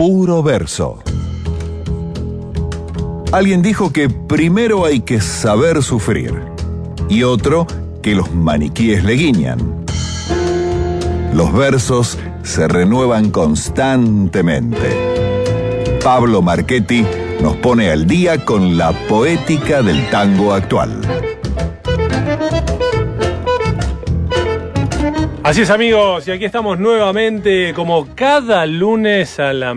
Puro Verso. Alguien dijo que primero hay que saber sufrir y otro que los maniquíes le guiñan. Los versos se renuevan constantemente. Pablo Marchetti nos pone al día con la poética del tango actual. Así es, amigos, y aquí estamos nuevamente como cada lunes a la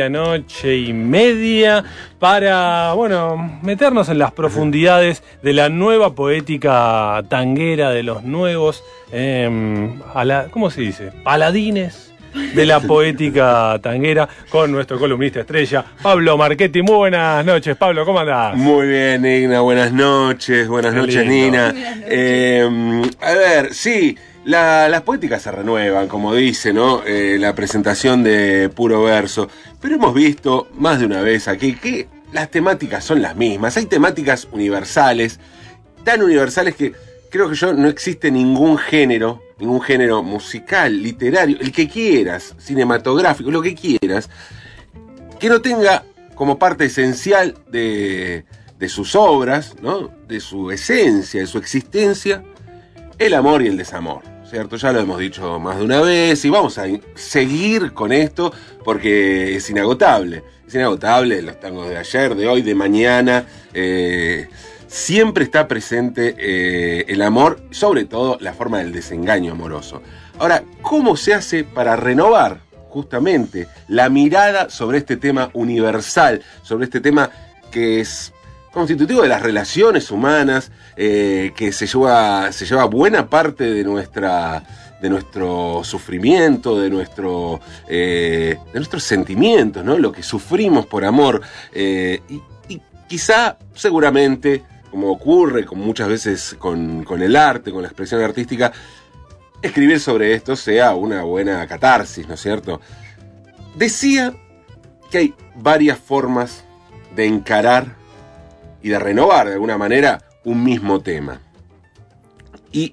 00:30 para, meternos en las profundidades de la nueva poética tanguera, de los nuevos, ¿cómo se dice? Paladines de la poética tanguera, con nuestro columnista estrella, Pablo Marchetti. Muy buenas noches, Pablo, ¿cómo andás? Muy bien, Igna, buenas noches, Nina. A ver, sí, las poéticas se renuevan, como dice, ¿no? La presentación de Puro Verso, pero hemos visto más de una vez aquí que las temáticas son las mismas. Hay temáticas universales, tan universales que creo que no existe ningún género musical, literario, el que quieras, cinematográfico, lo que quieras, que no tenga como parte esencial de sus obras, ¿no? De su esencia, de su existencia, el amor y el desamor, ¿cierto? Ya lo hemos dicho más de una vez y vamos a seguir con esto porque es inagotable. Es inagotable, los tangos de ayer, de hoy, de mañana. Siempre está presente el amor, sobre todo la forma del desengaño amoroso. Ahora, ¿cómo se hace para renovar justamente la mirada sobre este tema universal, sobre este tema que es constitutivo de las relaciones humanas, que se lleva buena parte de nuestro sufrimiento, de nuestros sentimientos, ¿no? Lo que sufrimos por amor, y quizá, seguramente, como ocurre muchas veces con el arte, con la expresión artística, escribir sobre esto sea una buena catarsis, ¿no es cierto? Decía que hay varias formas de encarar y de renovar de alguna manera un mismo tema. Y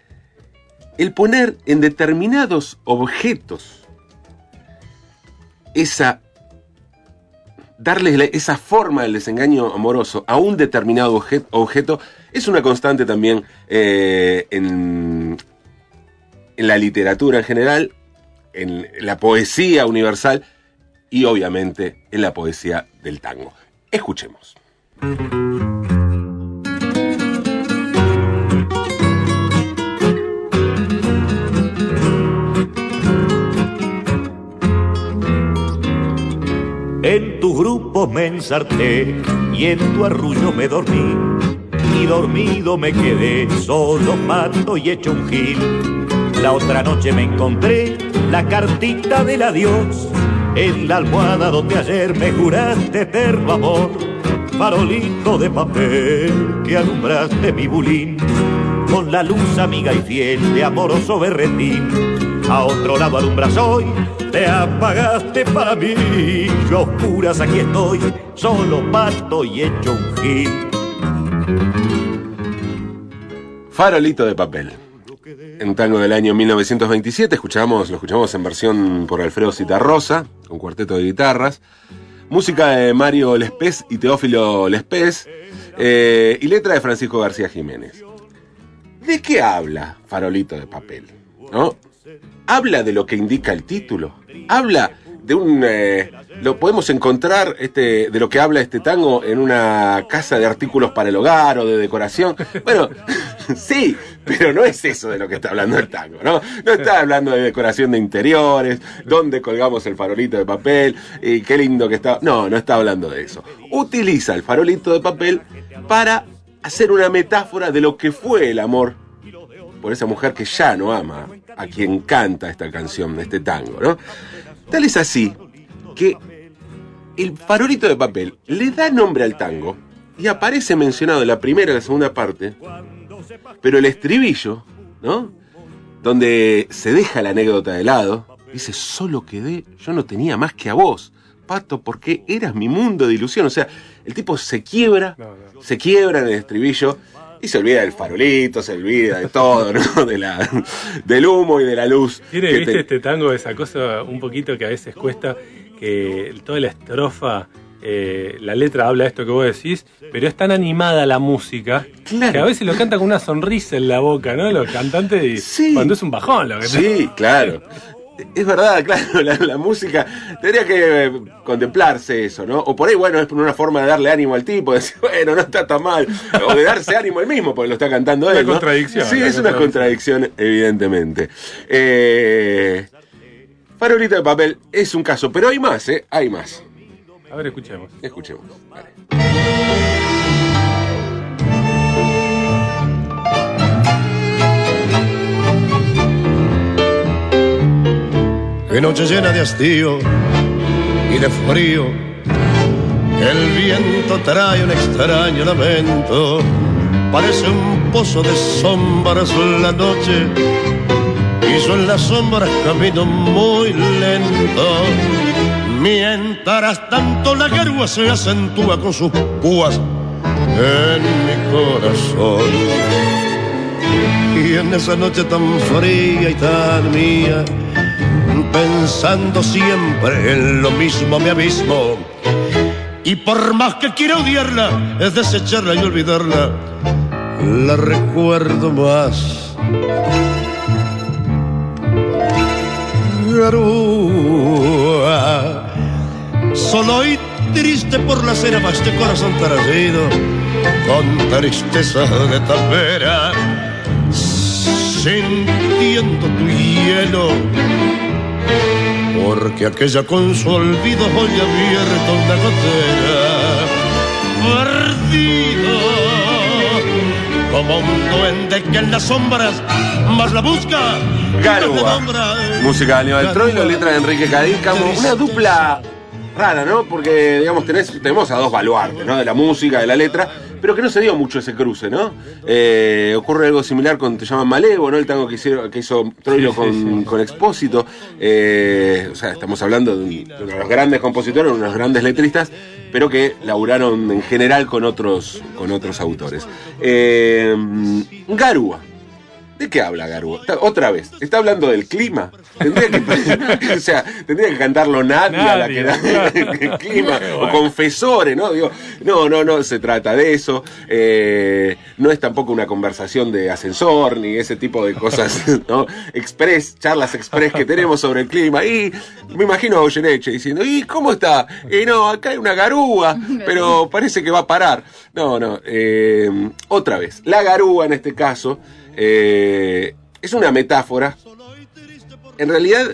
el poner en determinados objetos darle esa forma del desengaño amoroso a un determinado objeto es una constante también en la literatura en general, en la poesía universal y obviamente en la poesía del tango. Escuchemos. En tu grupo me ensarté y en tu arrullo me dormí, y dormido me quedé solo, pato y hecho un gil. La otra noche me encontré la cartita del adiós en la almohada donde ayer me juraste eterno amor. Farolito de papel que alumbraste mi bulín con la luz amiga y fiel de amoroso berretín. A otro lado alumbras hoy, te apagaste para mí. Yo a oscuras aquí estoy, solo pato y hecho un gil. Farolito de papel. En un tango del año 1927 lo escuchamos en versión por Alfredo Citarrosa, con cuarteto de guitarras. Música de Mario Lespez y Teófilo Lespez, y letra de Francisco García Jiménez. ¿De qué habla Farolito de papel? ¿No? Habla de lo que indica el título. Habla de lo podemos encontrar de lo que habla este tango en una casa de artículos para el hogar o de decoración. Bueno, sí, pero no es eso de lo que está hablando el tango, ¿no? No está hablando de decoración de interiores, dónde colgamos el farolito de papel, y qué lindo que está. No está hablando de eso. Utiliza el farolito de papel para hacer una metáfora de lo que fue el amor por esa mujer que ya no ama a quien canta esta canción, este tango, ¿no? Tal es así que el farolito de papel le da nombre al tango y aparece mencionado en la primera y la segunda parte, pero el estribillo, ¿no? Donde se deja la anécdota de lado, dice: solo quedé, yo no tenía más que a vos, pato, porque eras mi mundo de ilusión. O sea, el tipo se quiebra en el estribillo y se olvida del farolito, se olvida de todo, ¿no? Del humo y de la luz. Tiene, ¿viste este tango, esa cosa un poquito que a veces cuesta, que toda la estrofa, la letra habla de esto que vos decís, pero es tan animada la música, Claro. que a veces lo canta con una sonrisa en la boca, ¿no? Los cantantes, Sí. cuando es un bajón lo que Sí, claro. Es verdad, claro, la música tendría que contemplarse eso, ¿no? O por ahí, bueno, es una forma de darle ánimo al tipo, de decir, bueno, no está tan mal. O de darse ánimo él mismo, porque lo está cantando él, Una ¿no? contradicción, Sí, una es una contradicción, evidentemente. Farolito de papel es un caso, pero hay más, ¿eh? Hay más. A ver, escuchemos. Escuchemos. Dale. Qué noche llena de hastío y de frío, el viento trae un extraño lamento, parece un pozo de sombras la noche, y yo en las sombras camino muy lento, mientras tanto la garúa se acentúa con sus púas en mi corazón. Y en esa noche tan fría y tan mía, pensando siempre en lo mismo me abismo, y por más que quiera odiarla, es desecharla y olvidarla, la recuerdo más. Garúa, solo y triste por la cena va este corazón taracido, con tristeza de tapera, sintiendo tu hielo, porque aquella con su olvido hoy abierta una gotera, perdido como un duende que en las sombras más la busca. Garúa, música de Aníbal Troilo, letra de Enrique Cadícamo, una dupla rara, ¿no? Porque, digamos, tenemos a dos baluartes, ¿no? De la música, de la letra, pero que no se dio mucho ese cruce, ¿no? Ocurre algo similar con Te llaman Malevo, ¿no? El tango que hizo Troilo con Expósito. O sea, estamos hablando de uno de los grandes compositores, uno de los grandes letristas, pero que laburaron en general con otros autores. Garúa. ¿De qué habla Garúa? Otra vez, ¿está hablando del clima? Tendría que cantarlo Nadia, la que da el clima, o Confesores, ¿no? Digo, no se trata de eso. No es tampoco una conversación de ascensor, ni ese tipo de cosas, ¿no? Charlas express que tenemos sobre el clima. Y me imagino a Goyeneche diciendo, ¿y cómo está? No, acá hay una garúa, pero parece que va a parar. No, otra vez, la garúa en este caso, es una metáfora. En realidad,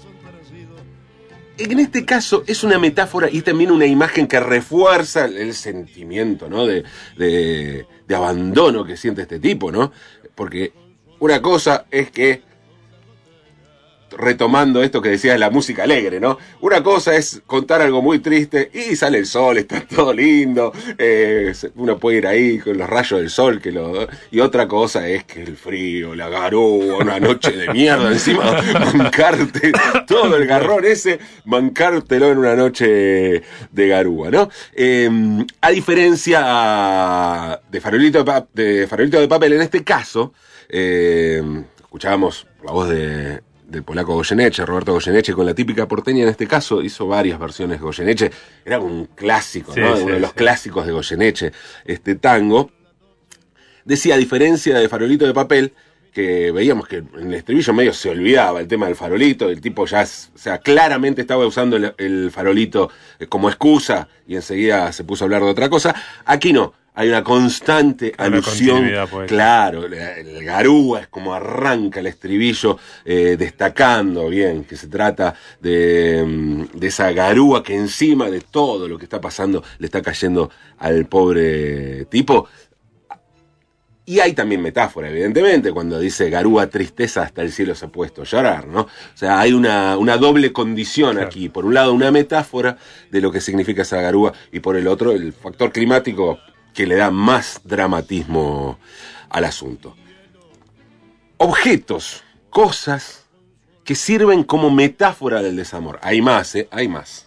en este caso es una metáfora y también una imagen que refuerza el sentimiento, ¿no? de abandono que siente este tipo, ¿no? Porque una cosa es que, retomando esto que decías de la música alegre, ¿no? Una cosa es contar algo muy triste y sale el sol, está todo lindo, uno puede ir ahí con los rayos del sol, y otra cosa es que el frío, la garúa, una noche de mierda, encima mancarte todo el garrón ese, mancártelo en una noche de garúa, ¿no? A diferencia de Farolito de Papel, en este caso, escuchábamos la voz del polaco Goyeneche, Roberto Goyeneche, con la típica porteña. En este caso hizo varias versiones de Goyeneche. Era un clásico, ¿no? Uno de los clásicos de Goyeneche, este tango. Decía, a diferencia de Farolito de Papel, que veíamos que en el estribillo medio se olvidaba el tema del farolito, el tipo ya, claramente estaba usando el farolito como excusa y enseguida se puso a hablar de otra cosa. Aquí no. Hay una constante alusión, claro, el garúa es como arranca el estribillo, destacando bien que se trata de esa garúa que encima de todo lo que está pasando le está cayendo al pobre tipo. Y hay también metáfora, evidentemente, cuando dice garúa tristeza hasta el cielo se ha puesto a llorar, ¿no? O sea, hay una doble condición aquí. Por un lado, una metáfora de lo que significa esa garúa, y por el otro, el factor climático que le da más dramatismo al asunto. Objetos, cosas que sirven como metáfora del desamor. Hay más, hay más.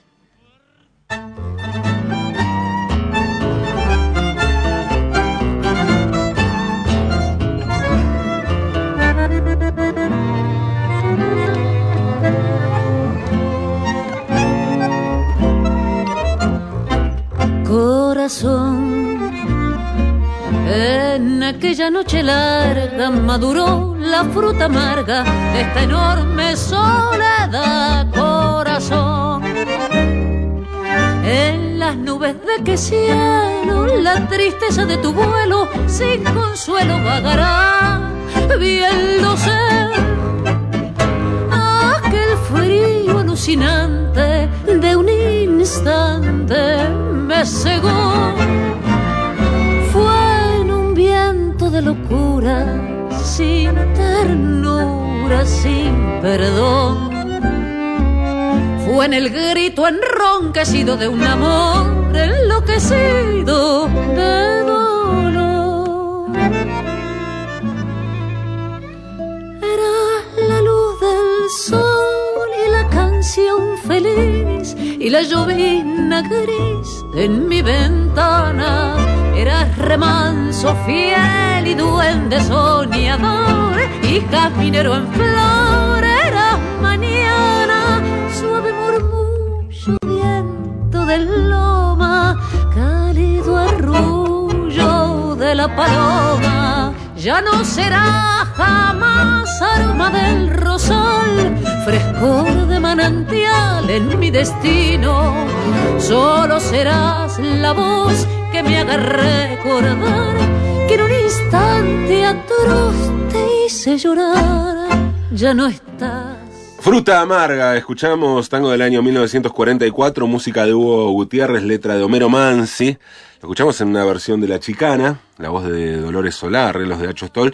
corazón. En aquella noche larga maduró la fruta amarga de esta enorme soledad, corazón. En las nubes de qué cielo la tristeza de tu vuelo sin consuelo vagará, viéndose aquel frío alucinante de un instante me cegó. Fue en un viento de locura, sin ternura, sin perdón. Fue en el grito enronquecido de un amor enloquecido de dolor. Era la luz del sol y la canción feliz y la llovina gris en mi ventana. Eras remanso fiel y duende soñador y caminero en flor. Eras mañana, suave murmullo, viento de loma, cálido arrullo de la paloma. Ya no será jamás aroma del rosal, frescor de manantial en mi destino. Solo serás la voz que me haga recordar que en un instante atroz te hice llorar. Ya no estás. Fruta amarga, escuchamos tango del año 1944, música de Hugo Gutiérrez, letra de Homero Mansi. Lo escuchamos en una versión de La Chicana, la voz de Dolores Solá, arreglos de Acho Stoll.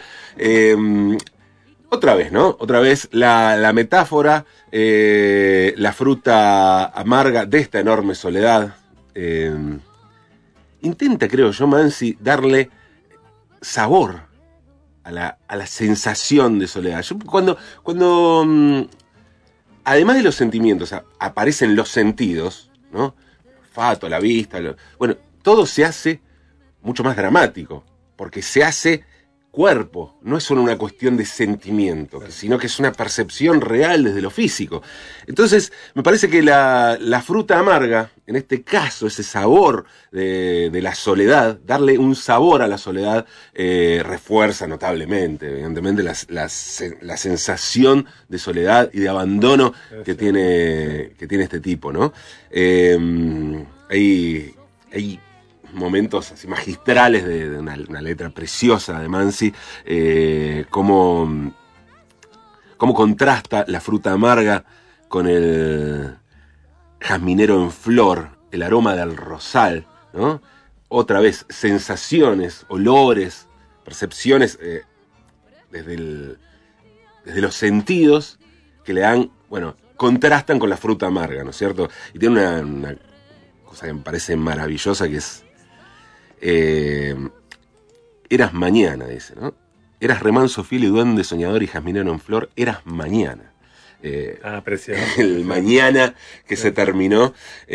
Otra vez, ¿no? Otra vez la metáfora, la fruta amarga de esta enorme soledad. Intenta, creo yo, Mansi, darle sabor a la sensación de soledad. Yo, cuando además de los sentimientos, aparecen los sentidos, ¿no? Olfato, la vista, bueno, todo se hace mucho más dramático, porque se hace cuerpo, no es solo una cuestión de sentimiento, sino que es una percepción real desde lo físico. Entonces, me parece que la fruta amarga, en este caso, ese sabor de la soledad, darle un sabor a la soledad, refuerza notablemente, evidentemente, la sensación de soledad y de abandono que tiene este tipo, ¿no? Hay momentos así magistrales de una letra preciosa de Mansi, cómo contrasta la fruta amarga con el jazminero en flor, el aroma del rosal, ¿no? Otra vez, sensaciones, olores, percepciones desde los sentidos que le dan, bueno, contrastan con la fruta amarga, ¿no es cierto? Y tiene una cosa que me parece maravillosa, que es eras mañana, dice, ¿no? Eras remanso fiel y duende soñador y jazminero en flor, eras mañana. Precioso. El mañana que se terminó.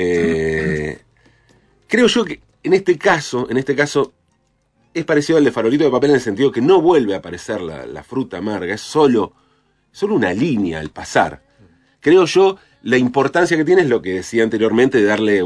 Creo yo que en este caso es parecido al de Farolito de Papel en el sentido que no vuelve a aparecer la fruta amarga, es solo una línea al pasar. Creo yo, la importancia que tiene es lo que decía anteriormente, de darle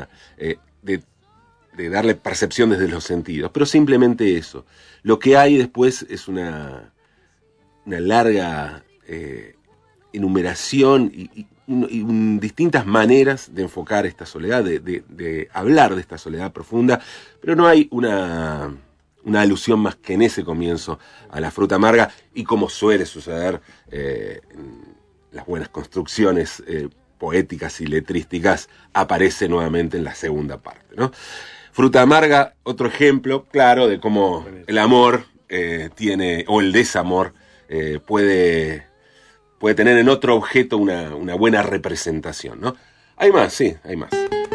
de darle percepción desde los sentidos, pero simplemente eso. Lo que hay después es una larga enumeración y distintas maneras de enfocar esta soledad, de hablar de esta soledad profunda, pero no hay una alusión más que en ese comienzo a la fruta amarga, y como suele suceder en las buenas construcciones poéticas y letrísticas, aparece nuevamente en la segunda parte, ¿no? Fruta amarga, otro ejemplo claro de cómo el amor tiene, o el desamor, puede tener en otro objeto una buena representación, ¿no? Hay más, sí, hay más.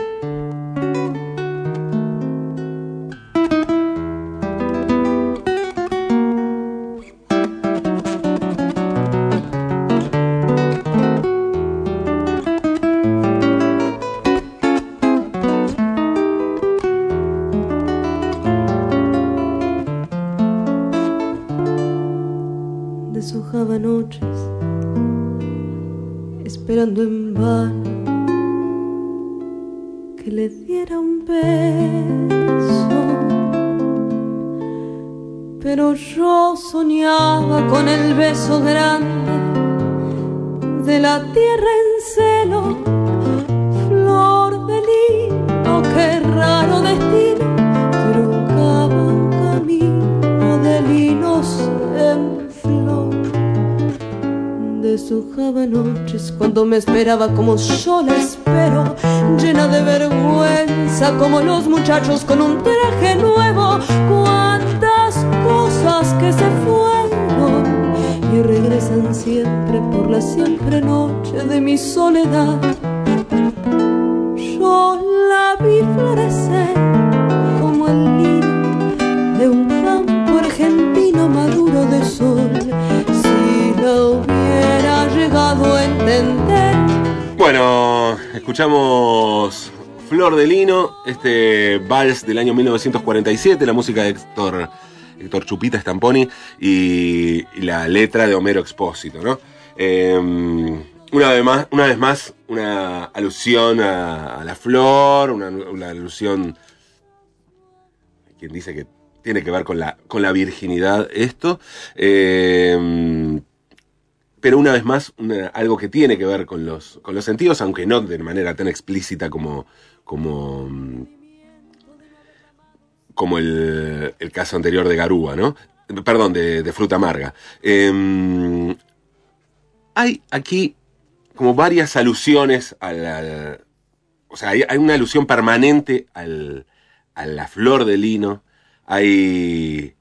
Deshojaba noches esperando en vano que le diera un beso. Pero yo soñaba con el beso grande de la tierra en celo, flor de lino, qué raro destino, truncaba un camino de linos en flor. Deshojaba noches cuando me esperaba como yo la espero, llena de vergüenza como los muchachos con un traje nuevo. Cuántas cosas que se fueron y regresan siempre por la siempre noche de mi soledad. Yo la vi florecer como el lino de un campo argentino maduro de sol. Si la hubiera llegado a entender. Bueno, escuchamos Flor de Lino, este vals del año 1947, la música de Héctor Chupita Stamponi y la letra de Homero Expósito, ¿no? Una vez más, una alusión a la flor, una alusión, quien dice que tiene que ver con la virginidad esto, pero una vez más algo que tiene que ver con los sentidos, aunque no de manera tan explícita como el caso anterior de Garúa, ¿no? Perdón, de Fruta Amarga. Hay aquí como varias alusiones o sea, hay una alusión permanente a la flor de lino. Hay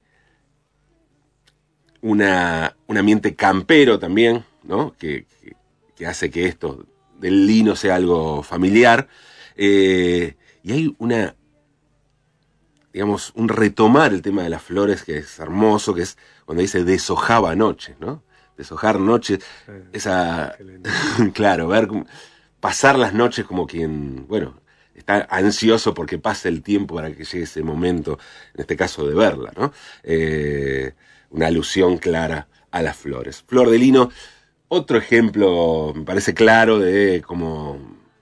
un ambiente campero también, ¿no? Que hace que esto del lino sea algo familiar. Y hay digamos, un retomar el tema de las flores que es hermoso, que es cuando dice deshojaba noche, ¿no? Deshojar noche, claro, pasar las noches como quien, bueno, está ansioso porque pase el tiempo para que llegue ese momento, en este caso de verla, ¿no? Una alusión clara a las flores. Flor de Lino, otro ejemplo, me parece claro, de cómo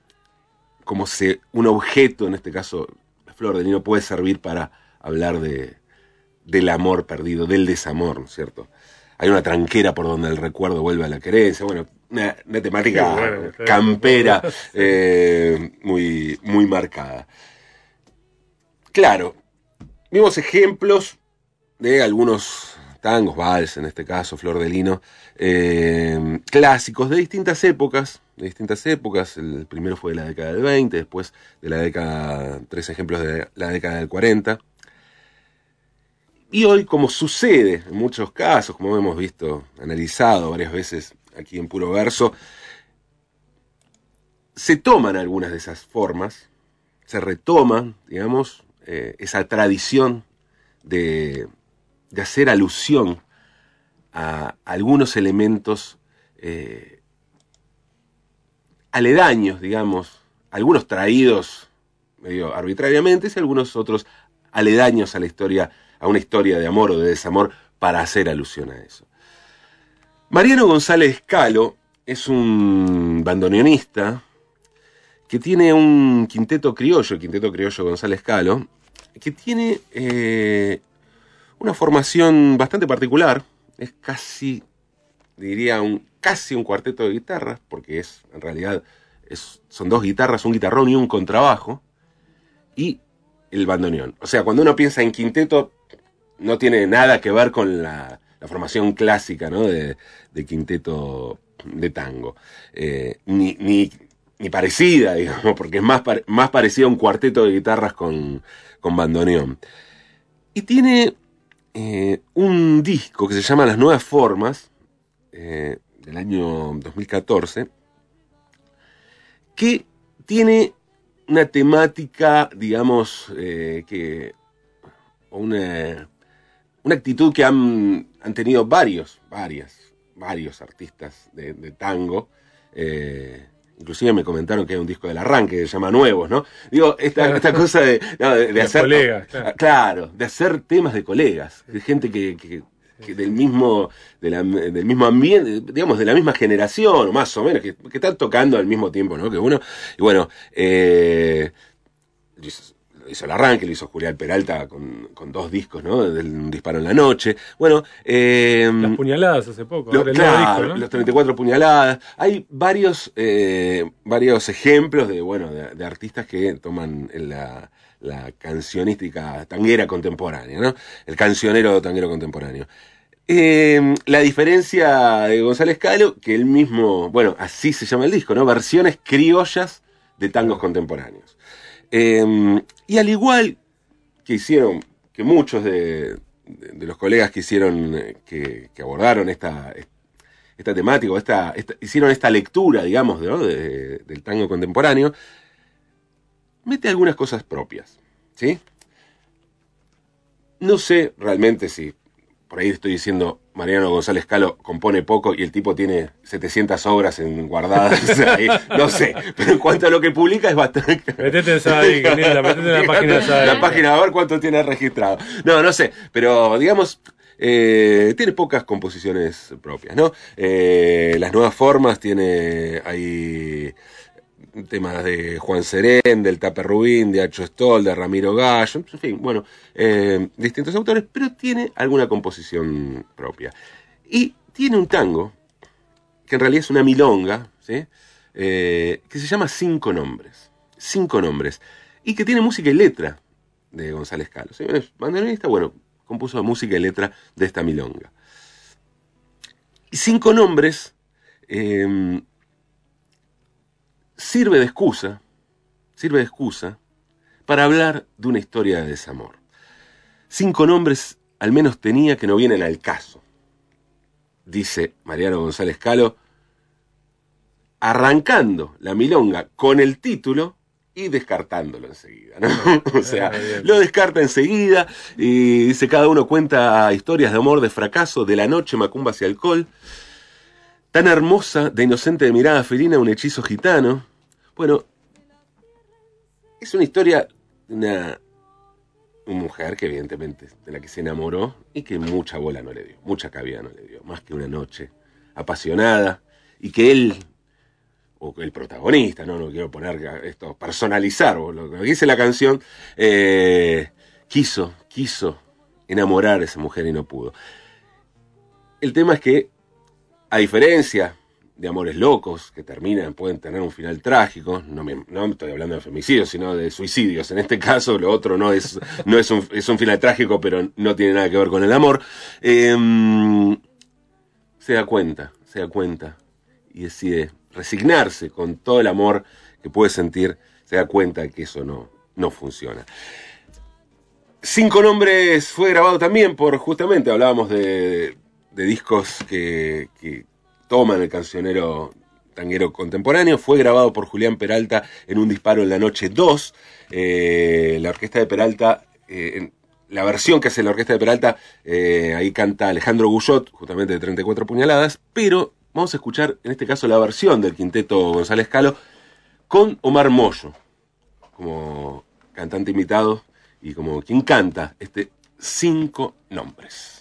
un objeto, en este caso la flor de lino, puede servir para hablar del amor perdido, del desamor, ¿no es cierto? Hay una tranquera por donde el recuerdo vuelve a la querencia, bueno, una temática campera muy, muy marcada. Claro, vimos ejemplos de algunos tangos, vals en este caso, Flor de Lino, clásicos de distintas épocas. El primero fue de la década del 20, después de la década, 3 ejemplos de la década del 40. Y hoy, como sucede en muchos casos, como hemos visto, analizado varias veces aquí en Puro Verso, se toman algunas de esas formas, se retoman, digamos, esa tradición de hacer alusión a algunos elementos aledaños, digamos, algunos traídos medio arbitrariamente y algunos otros aledaños a una historia de amor o de desamor para hacer alusión a eso. Mariano González Caló es un bandoneonista que tiene un quinteto criollo, el Quinteto Criollo González Caló, que tiene una formación bastante particular. Es casi, diría, casi un cuarteto de guitarras, porque en realidad son 2 guitarras, un guitarrón y un contrabajo, y el bandoneón. O sea, cuando uno piensa en quinteto, no tiene nada que ver con la formación clásica, ¿no? de quinteto de tango. Ni parecida, digamos, porque es más parecida a un cuarteto de guitarras con bandoneón. Y tiene un disco que se llama Las Nuevas Formas, del año 2014, que tiene una temática, digamos, una actitud que han tenido varios artistas de tango. Inclusive me comentaron que hay un disco del Arranque que se llama Nuevos, ¿no? Digo, esta cosa de hacer colegas, claro, de hacer temas de colegas, de gente que del mismo ambiente, digamos, de la misma generación, o más o menos, que están tocando al mismo tiempo, ¿no? Que uno. Y bueno, hizo el arranque, lo hizo Julián Peralta con 2 discos, ¿no? Un disparo en la noche. Bueno, las puñaladas hace poco. Claro, disco, ¿no? Los 34 puñaladas. Hay varios ejemplos de artistas que toman la cancionística tanguera contemporánea, ¿no? El cancionero tanguero contemporáneo. La diferencia de González Calo, que él mismo, así se llama el disco, ¿no? Versiones criollas de tangos contemporáneos. Y al igual que muchos de los colegas que hicieron, que abordaron esta temática, hicieron esta lectura, digamos, ¿no? del tango contemporáneo, mete algunas cosas propias, ¿sí? No sé realmente si, por ahí estoy diciendo, Mariano González Calo compone poco y el tipo tiene 700 obras guardadas ahí, no sé, pero en cuanto a lo que publica es bastante... Metete ahí, metete en la página esa. La página, a ver cuánto tiene registrado. No sé, pero digamos, tiene pocas composiciones propias, ¿no? Las nuevas formas tiene ahí temas de Juan Serén, del Tape Rubín, de Acho Stoll, de Ramiro Gallo, en fin, distintos autores, pero tiene alguna composición propia. Y tiene un tango, que en realidad es una milonga, ¿sí? Que se llama 5 nombres, y que tiene música y letra de González Calo. ¿Sí? Es bandoneonista, compuso música y letra de esta milonga. Y 5 nombres... sirve de excusa para hablar de una historia de desamor. 5 nombres al menos tenía que no vienen al caso, dice Mariano González Calo, arrancando la milonga con el título y descartándolo enseguida, ¿no? O sea, lo descarta enseguida y dice: cada uno cuenta historias de amor, de fracaso, de la noche, macumbas y alcohol. Tan hermosa, de inocente de mirada felina, un hechizo gitano. Bueno, es una historia de una mujer que evidentemente de la que se enamoró y que mucha bola no le dio, mucha cabida no le dio, más que una noche apasionada, y que él, o el protagonista, no quiero poner esto, personalizar, o lo que dice la canción, quiso enamorar a esa mujer y no pudo. El tema es que, a diferencia de amores locos que pueden tener un final trágico, no estoy hablando de femicidios, sino de suicidios. En este caso, lo otro es un final trágico, pero no tiene nada que ver con el amor. Se da cuenta y decide resignarse con todo el amor que puede sentir. Se da cuenta de que eso no funciona. 5 nombres fue grabado también justamente hablábamos de discos que toman el cancionero tanguero contemporáneo. Fue grabado por Julián Peralta en Un disparo en la noche 2. La orquesta de Peralta, la versión que hace la orquesta de Peralta, ahí canta Alejandro Guyot, justamente de 34 puñaladas, pero vamos a escuchar en este caso la versión del quinteto González Calo con Omar Mollo como cantante invitado y como quien canta 5 nombres.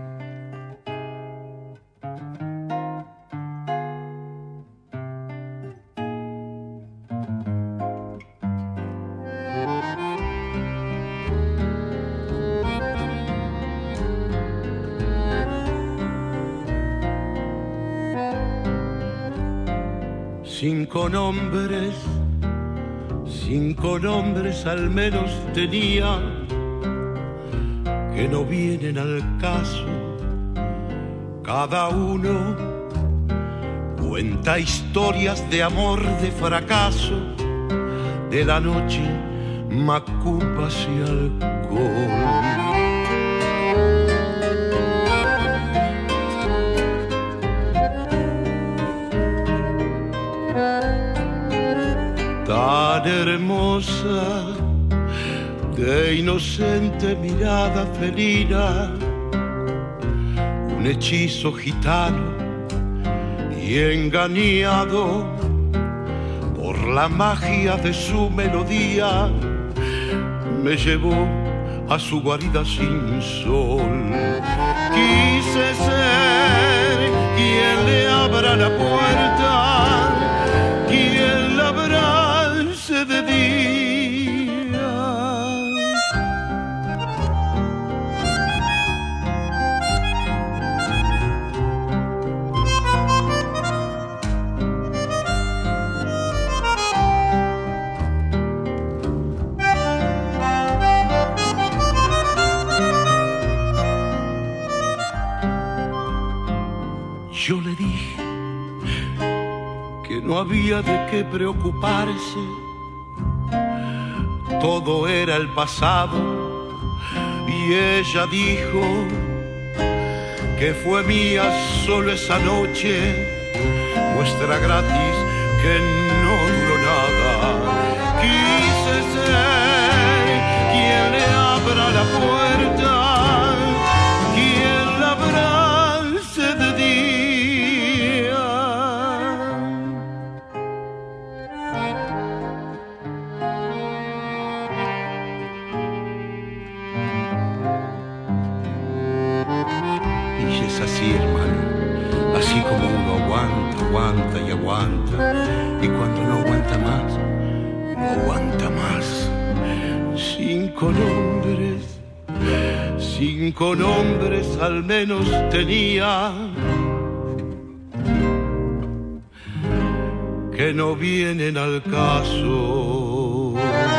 Cinco nombres al menos tenía, que no vienen al caso. Cada uno cuenta historias de amor, de fracaso, de la noche, macumbas y alcohol. Tan hermosa, de inocente mirada felina, un hechizo gitano, y engañado por la magia de su melodía, me llevó a su guarida sin sol. Quise ser quien le abra la puerta, quien la abrace de día, no había de qué preocuparse, todo era el pasado. Y ella dijo que fue mía solo esa noche, muestra gratis que no duró nada. Quise ser quien le abra la puerta, quien la abrace de día. Y es así, hermano, así como uno aguanta, aguanta y aguanta, y cuando no aguanta más, no aguanta más. 5 nombres al menos tenía, que no vienen al caso.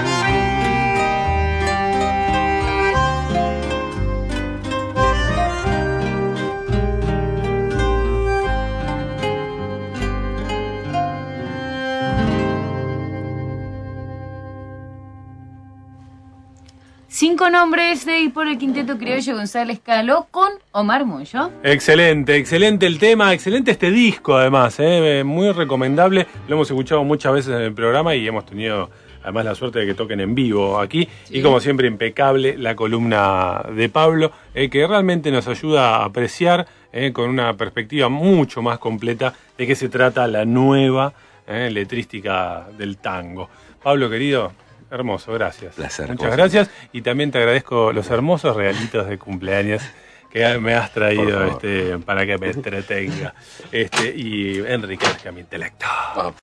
Cinco nombres de y por el Quinteto Criollo González Caló con Omar Mollo. Excelente, excelente el tema, excelente este disco además, muy recomendable. Lo hemos escuchado muchas veces en el programa y hemos tenido además la suerte de que toquen en vivo aquí. Sí. Y como siempre impecable la columna de Pablo, que realmente nos ayuda a apreciar con una perspectiva mucho más completa de qué se trata la nueva letrística del tango. Pablo, querido, hermoso, gracias. Placer. Muchas gracias y también te agradezco los hermosos regalitos de cumpleaños que me has traído para que me entretenga y enriquezca mi intelecto.